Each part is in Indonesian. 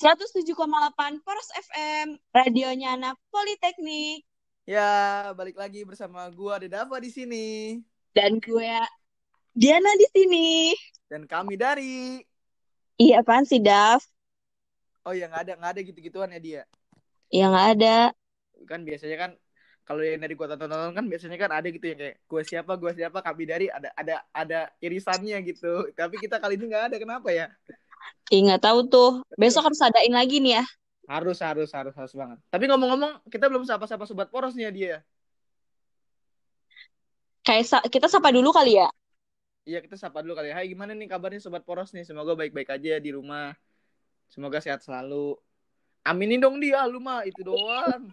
107,8 Poros FM, radionya anak Politeknik. Ya, balik lagi bersama gua Dedava di sini Dan gue Diana di sini. dan kami dari Iya, apaan sih, Dav? oh ya nggak ada gitu-gituan ya dia. Ya nggak ada. Kan biasanya kan kalau yang dari gua tonton kan biasanya kan ada gitu ya kayak gua siapa kami dari ada irisannya gitu. Tapi kita kali ini nggak ada, kenapa ya? Ih, nggak tahu tuh. Tapi Besok harus adain lagi nih ya. harus banget. Tapi ngomong-ngomong kita belum sapa-sapa sobat porosnya dia. Kayak kita sapa dulu kali ya. Iya, kita sapa dulu kali ya. Hai, gimana nih kabarnya sobat poros nih? Semoga baik-baik aja di rumah. Semoga sehat selalu. Aminin dong dia, lu mah itu doang.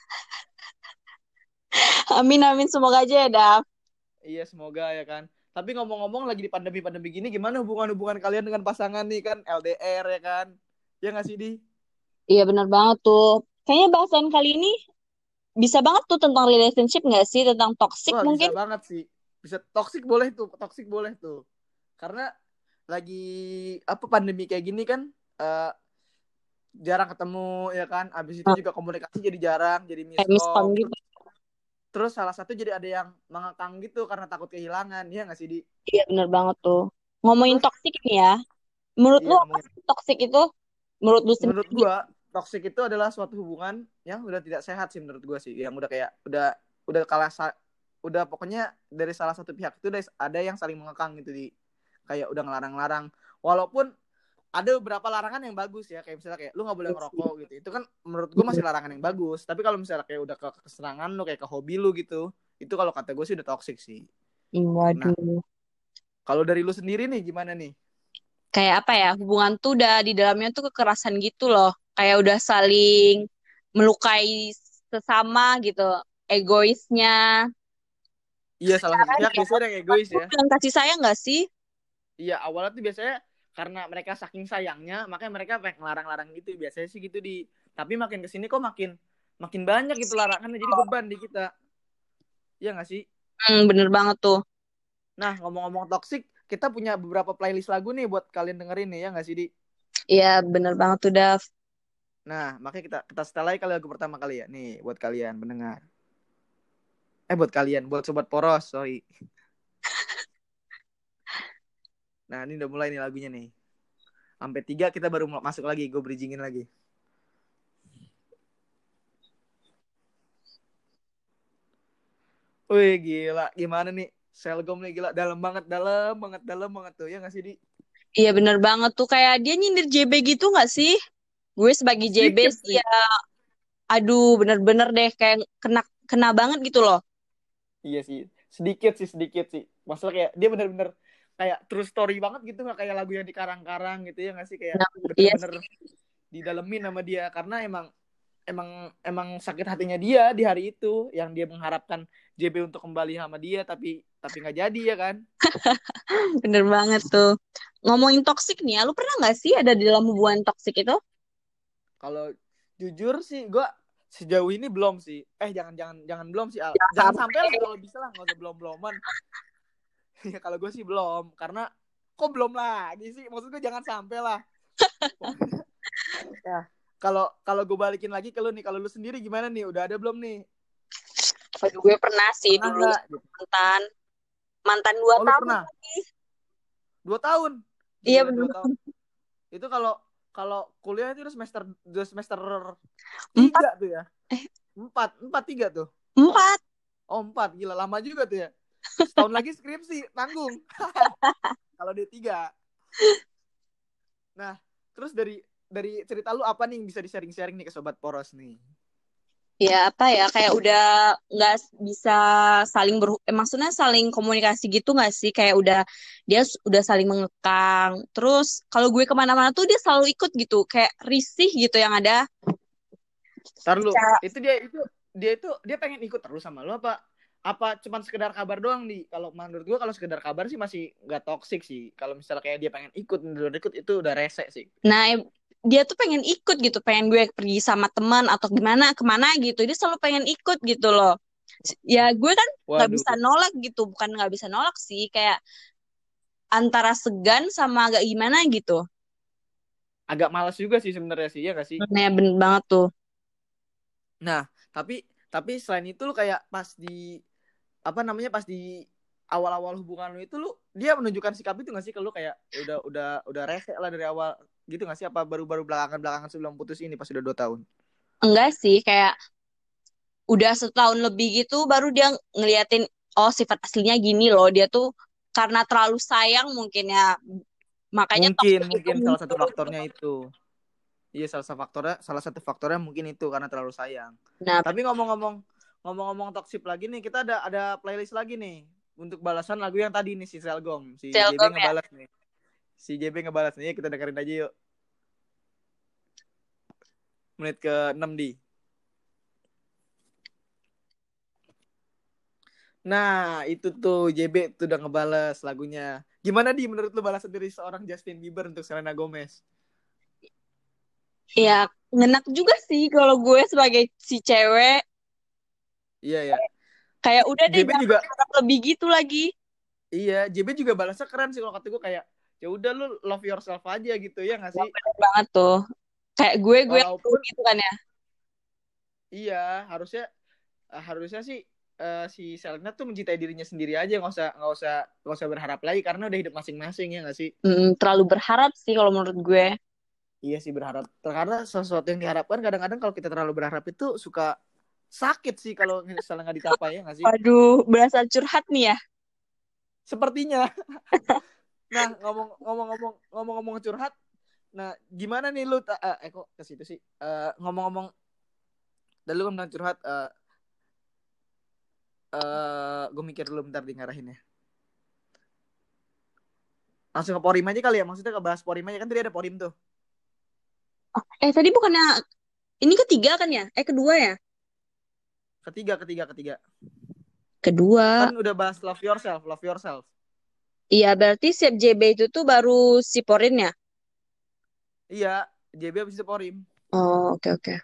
Amin, amin. Semoga aja ya, Dav. Iya, semoga ya kan. Tapi ngomong-ngomong lagi di pandemi-pandemi gini, gimana hubungan-hubungan kalian dengan pasangan nih kan? LDR ya kan? Ya nggak sih, Di? Iya, benar banget tuh. Kayaknya bahasan kali ini bisa banget tuh tentang relationship nggak sih? Tentang toxic Wah, bisa mungkin? banget sih. Bisa toxic boleh tuh, toxic boleh tuh. Karena lagi apa pandemi kayak gini kan eh, jarang ketemu ya kan. Abis itu Nah, juga komunikasi jadi jarang, jadi kayak miskom miskom. gitu. Terus salah satu jadi ada yang mengekang gitu karena takut kehilangan. Iya nggak sih, Di? Iya, benar banget tuh. Ngomongin Terus toxic nih ya. Menurut lu iya apa ngomongin. sih toxic itu? Menurut lu Menurut sendiri? gua toxic itu adalah suatu hubungan yang udah tidak sehat sih menurut gua sih, yang udah kayak udah kalah udah pokoknya dari salah satu pihak itu ada yang saling mengekang gitu, di kayak udah ngelarang-larang, walaupun ada beberapa larangan yang bagus ya, kayak misalnya kayak lu nggak boleh ngerokok gitu, itu kan menurut gua masih larangan yang bagus. Tapi kalau misalnya kayak udah ke kesenangan lu, kayak ke hobi lu gitu, itu kalau kata gue sih udah toxic sih. Nah, Waduh. kalau dari lu sendiri nih gimana nih? Kayak apa ya? Hubungan tuh udah di dalamnya tuh kekerasan gitu loh. Kayak udah saling melukai sesama gitu. Egoisnya. Iya, salah satu Sekarang pihak ya, biasanya ada yang hubungan egois tuh ya. dengan kasih sayang gak sih? Iya, awalnya tuh biasanya karena mereka saking sayangnya, makanya mereka pengen ngelarang-larang gitu. Biasanya sih gitu, di. Tapi makin kesini kok makin makin banyak gitu larangannya, jadi beban di kita. Iya nggak sih? Bener banget tuh. Nah, ngomong-ngomong toxic, kita punya beberapa playlist lagu nih buat kalian dengerin nih, ya nggak sih, Di? Iya, bener banget tuh, Dav. Nah, makanya kita setel aja kali lagu pertama kali ya. Nih, buat kalian pendengar. Buat kalian, buat sobat poros, sorry. Nah, ini udah mulai nih lagunya nih. Sampai 3 kita baru masuk lagi, gue bridgingin lagi. Wih, gila. Gimana nih? Selgom nih, gila. Dalam banget tuh. Ya nggak sih, Di? Iya, bener banget tuh. Kayak dia nyindir JB gitu gak sih? Gue sebagai JB Sedikit sih sih. ya, aduh bener-bener deh. Kayak kena kena banget gitu loh. Iya sih. Sedikit sih. Masalah kayak dia bener-bener kayak true story banget gitu. Nggak kayak lagu yang dikarang-karang gitu ya nggak sih? Kayak Nah, iya bener-bener sih. didalemin sama dia. Karena emang emang sakit hatinya dia di hari itu. Yang dia mengharapkan JB untuk kembali sama dia. Tapi nggak jadi ya kan. Bener banget tuh. Ngomongin toksik nih ya, lu pernah nggak sih ada di dalam hubungan toksik itu? Kalau jujur sih gue sejauh ini belum sih. Jangan belum sih, Al. Jangan Jangan sampai lah sampai. kalau bisa lah, nggak usah belum-beloman. Ya kalau gue sih belum, karena kok belum lagi sih, maksud gue jangan sampai lah. Ya, kalau kalau gue balikin lagi ke lu nih, kalau lu sendiri gimana nih, udah ada belum nih? Waduh, gue pernah sih Pernah dulu nggak gitu? mantan mantan dua Oh, lu tahun pernah lagi. 2 tahun? Iya Gila, bener 2 tahun. Itu kalau kalau kuliah itu udah semester empat 3 tuh ya. Empat tiga tuh. empat. Oh, 4, gila lama juga tuh ya. Setahun lagi skripsi tanggung. Kalau D3. Nah, terus dari cerita lu apa nih yang bisa di-sharing-sharing nih ke sobat poros nih? Ya apa ya, kayak udah nggak bisa saling maksudnya saling komunikasi gitu nggak sih, kayak dia udah saling mengekang. Terus kalau gue kemana-mana tuh dia selalu ikut gitu, kayak risih gitu yang ada. Ntar lu, Cara dia pengen ikut terus sama lu apa cuman sekedar kabar doang, di. Kalau menurut gua kalau sekedar kabar sih masih nggak toksik sih. Kalau misalnya kayak dia pengen ikut itu udah rese sih. Nah, dia tuh pengen ikut gitu, pengen gue pergi sama teman atau gimana kemana gitu. Dia selalu pengen ikut gitu loh. Ya gue kan nggak Waduh. bisa nolak gitu, bukan nggak bisa nolak sih, kayak antara segan sama agak gimana gitu. agak malas juga sih sebenarnya sih, ya nggak sih? Nah, bener banget tuh. Nah, tapi selain itu lu kayak pas di apa namanya, pas di awal-awal hubungan lu itu, lu dia menunjukkan sikap itu nggak sih ke lu, kayak ya udah rese lah dari awal gitu nggak sih, apa baru-baru belakangan sebelum putus ini pas udah 2 tahun? Enggak sih, kayak udah setahun lebih gitu baru dia ngeliatin, oh sifat aslinya gini loh, dia tuh karena terlalu sayang mungkin ya, makanya Mungkin toxic itu mungkin salah satu muncul. faktornya itu. Iya, salah satu faktornya mungkin itu karena terlalu sayang. Nah, Tapi ngomong-ngomong toxic lagi nih, kita ada playlist lagi nih untuk balasan lagu yang tadi nih, si Selgom, si JB Telkom ya. ngebalas nih. Si JB ngebalas nih, kita dengerin aja yuk. Menit ke-6 di. Nah, itu tuh JB tuh udah ngebales lagunya. Gimana di menurut lu balasan dari seorang Justin Bieber untuk Selena Gomez? Ya, ngenak juga sih kalau gue sebagai si cewek. Iya ya. Kayak udah deh JB jangan juga harap lebih gitu lagi. iya, JB juga balasnya keren sih kalau kata gue, kayak ya udah lu love yourself aja gitu ya nggak Ya, sih? bener banget tuh. Kayak gue Walaupun gitu kan ya. iya, harusnya harusnya sih si Selena tuh mencintai dirinya sendiri aja, nggak usah berharap lagi karena udah hidup masing-masing, ya nggak sih? Terlalu berharap sih kalau menurut gue. Iya sih, berharap karena sesuatu yang diharapkan kadang-kadang kalau kita terlalu berharap itu suka sakit sih kalau misalnya nggak dicapai, ya nggak sih? Waduh, berasa curhat nih ya. Sepertinya. Nah, ngomong-ngomong curhat, nah gimana nih lu kok ke situ sih? Ngomong-ngomong, dan lu kan bilang curhat, gue mikir dulu bentar di ngarahinnya. Langsung ke Porim aja kali ya, maksudnya ke bahas Porim aja, kan tadi ada Porim tuh. Oh, tadi bukannya ini ketiga kan ya? Kedua ya? Ketiga. Kedua. Kan udah bahas love yourself. Iya, berarti Sep JB itu tuh baru si Porin ya? Iya, JB abis itu Porim. Oh, oke oke.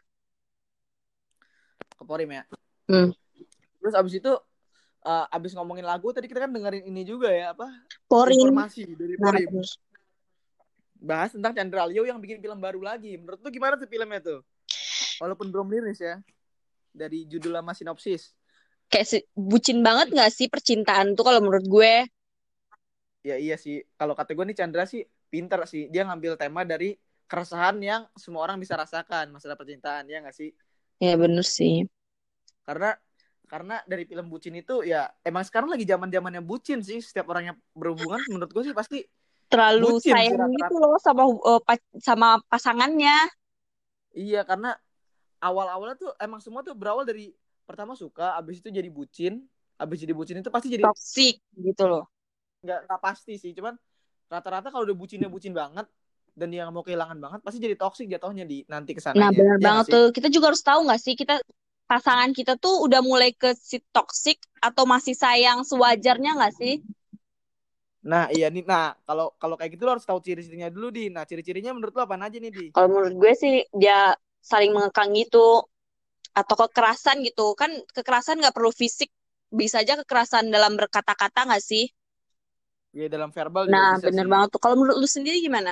Ke Porim ya. Hmm. Terus abis itu, abis ngomongin lagu, tadi kita kan dengerin ini juga ya, apa? Porin. Informasi dari Nah, Porim. terus. Bahas tentang Chandra Leo yang bikin film baru lagi. Menurut lu gimana tuh filmnya tuh? Walaupun belum rilis ya. Dari judul sama sinopsis. Kayak bucin banget gak sih percintaan tuh kalau menurut gue? Ya iya sih. Kalau kata gue nih, Chandra sih pinter sih. Dia ngambil tema dari keresahan yang semua orang bisa rasakan. Masalah percintaan, ya nggak sih? Ya bener sih. Karena dari film bucin itu ya emang sekarang lagi zaman-zamannya bucin sih. Setiap orang yang berhubungan menurut gue sih pasti Terlalu bucin sih sayang gitu rata-rata. loh sama sama pasangannya. Iya, karena awal-awalnya tuh emang semua tuh berawal dari pertama suka, abis itu jadi bucin, abis jadi bucin itu pasti jadi Toxic gitu loh. nggak pasti sih, cuman rata-rata kalau udah bucinnya bucin banget dan dia nggak mau kehilangan banget pasti jadi toksik jatuhnya di nanti Nah, kesananya, bener ya banget nggak sih? tuh. Kita juga harus tahu nggak sih, kita pasangan kita tuh udah mulai ke si toxic atau masih sayang sewajarnya nggak sih? Nah iya nih, nah kalau kalau kayak gitu lo harus tahu ciri-cirinya dulu di. Nah, ciri-cirinya menurut lo apa aja nih di? Kalau menurut gue sih dia saling mengekang gitu atau kekerasan gitu. Kan kekerasan nggak perlu fisik, bisa aja kekerasan dalam berkata-kata nggak sih? Ya dalam verbal juga Nah, bisa bener sih. banget tuh. Kalau menurut lu sendiri gimana?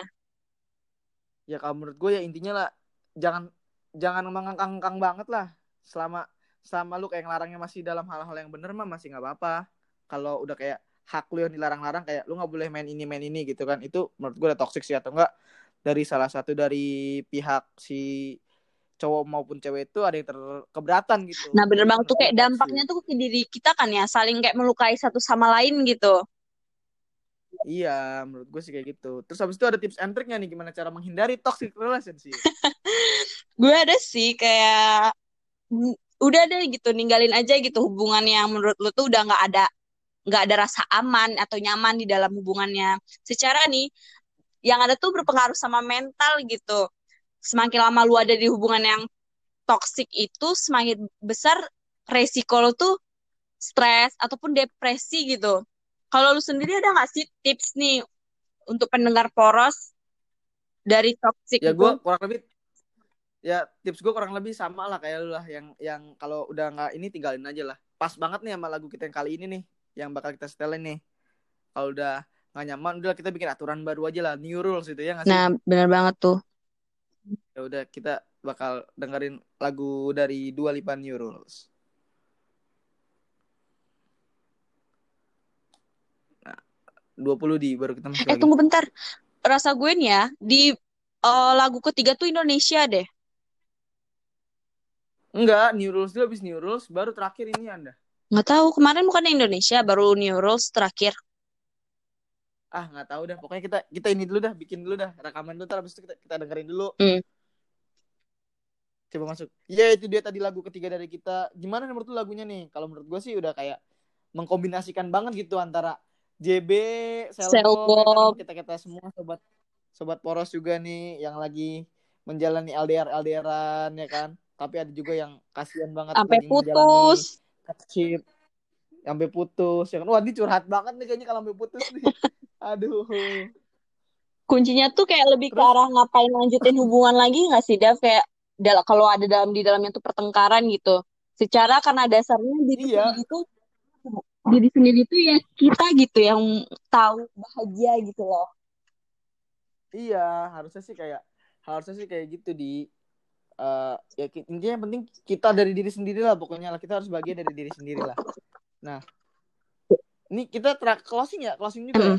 Ya kalau menurut gue ya intinya lah, jangan jangan mengangkang-angkang banget lah. Selama lu kayak ngelarangnya masih dalam hal-hal yang bener mah masih nggak apa-apa. Kalau udah kayak hak lu yang dilarang-larang, kayak lu nggak boleh main ini gitu kan, itu menurut gue udah toxic sih. Atau enggak dari salah satu dari pihak si cowok maupun cewek itu ada yang keberatan gitu, Nah, bener itu banget tuh menurut gue kayak dampaknya toxic. tuh ke diri kita kan ya, saling kayak melukai satu sama lain gitu. Iya, menurut gue sih kayak gitu. Terus habis itu ada tips and triknya nih, gimana cara menghindari toxic relationship. Gue ada sih kayak udah deh gitu, ninggalin aja gitu hubungan yang menurut lu tuh udah nggak ada rasa aman atau nyaman di dalam hubungannya. Secara nih, yang ada tuh berpengaruh sama mental gitu. Semakin lama lu ada di hubungan yang toksik itu, semakin besar resiko lu tuh stres ataupun depresi gitu. Kalau lu sendiri ada nggak sih tips nih untuk pendengar poros dari toksik Ya itu? gue kurang lebih ya tips gue kurang lebih sama lah kayak lu lah, yang kalau udah nggak ini tinggalin aja lah. Pas banget nih sama lagu kita yang kali ini nih, yang bakal kita setelin nih. Kalau udah nggak nyaman, udah kita bikin aturan baru aja lah, new rules itu, ya nggak sih? Nah, benar banget tuh. Ya udah kita bakal dengerin lagu dari Dua Lipa New Rules. Nah, 20 di baru kita masuk lagi. Tunggu bentar. Rasa gue nih ya, di lagu ketiga tuh Indonesia deh. Enggak, New Rules dulu, habis New Rules baru terakhir ini Anda. Nggak tahu, kemarin bukan Indonesia, baru New Rules terakhir. Nggak tahu dah, pokoknya kita ini dulu dah, bikin dulu dah rekaman dulu, habis itu kita dengerin dulu. Hmm. Coba masuk. Iya, itu dia tadi lagu ketiga dari kita. Gimana menurut lu lagunya nih? Kalau menurut gue sih udah kayak mengkombinasikan banget gitu antara JB, Selbob, ya kan, sama Selbob. kita semua sobat poros juga nih yang lagi menjalani LDR-LDRan ya kan. Tapi ada juga yang kasihan banget Sampai lagi menjalani putus. courtship sampai putus ya kan. Wah, ini curhat banget nih kayaknya kalau sampai putus nih. Aduh. Kuncinya tuh kayak lebih ke Terus arah ngapain lanjutin hubungan lagi nggak sih, Dav? Kayak kalau ada di dalamnya tuh pertengkaran gitu. Secara karena dasarnya iya, diri sendiri tuh ya kita gitu yang tahu bahagia gitu loh. iya, harusnya sih kayak gitu ya intinya yang penting kita dari diri sendiri lah, pokoknya lah kita harus bahagia dari diri sendiri lah. Nah, ini kita closing ya, closing juga ya. Mm.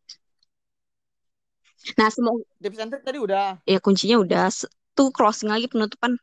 Nah, semoga Tips and trick tadi udah. ya kuncinya udah tuh closing lagi penutupan.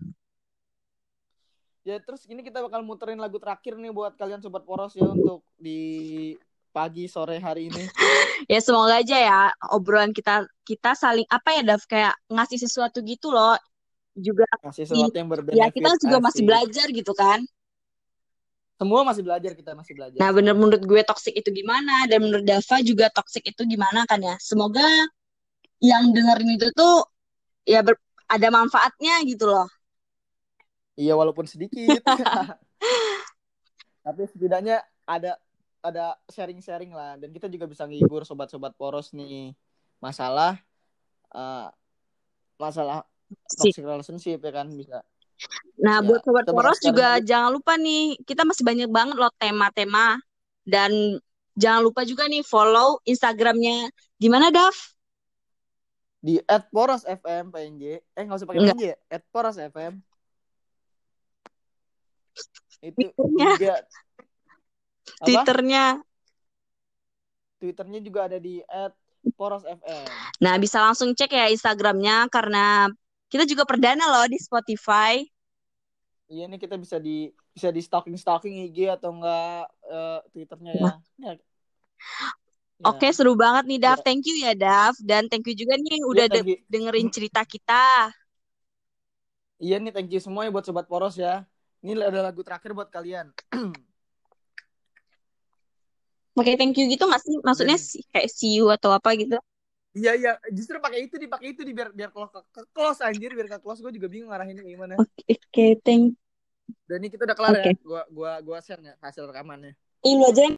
Ya terus ini kita bakal muterin lagu terakhir nih buat kalian sobat poros ya untuk di pagi sore hari ini. Ya semoga aja ya obrolan kita kita saling apa ya, Dav, kayak ngasih sesuatu gitu loh. Juga Kasih di sesuatu yang ya kita berbenefit, juga masih asik. belajar gitu kan. Semua masih belajar, kita masih belajar Nah, bener semua. menurut gue toxic itu gimana dan menurut Dava juga toxic itu gimana kan ya. Semoga yang dengerin itu tuh ya ada manfaatnya gitu loh. Iya, walaupun sedikit. Tapi setidaknya ada sharing-sharing lah, dan kita juga bisa ngehibur sobat-sobat poros nih masalah uh, masalah Sih. toxic relationship ya kan, bisa Nah, ya buat sobat kita bakal poros sharing juga dulu jangan lupa nih, kita masih banyak banget loh tema-tema dan jangan lupa juga nih follow Instagramnya gimana, Dav? di @porosfm PNJ. Nggak usah pakai Enggak, PNJ ya, @porosfm itu Twitternya, IG apa, Twitternya. Twitternya juga ada di @porosfm. Nah, bisa langsung cek ya Instagramnya karena kita juga perdana loh di Spotify. Iya, nih kita bisa di stalking IG atau enggak Twitternya ya. Ya, Oke, ya, seru banget nih, Dav. ya, Thank you ya, Dav. Dan thank you juga nih ya, udah thank you. dengerin cerita kita. Iya nih, thank you semua ya buat sobat poros ya. Ini ada lagu terakhir buat kalian. Oke, thank you gitu nggak sih? Maksudnya Dan kayak see you atau apa gitu? iya, iya, justru pakai itu di biar biar ke close anjir, biar ke close, gue juga bingung ngarahinnya gimana. Oke, oke, thank. Dan ini kita udah kelar ya. Oke. Gua share ya hasil rekamannya. Lu aja yang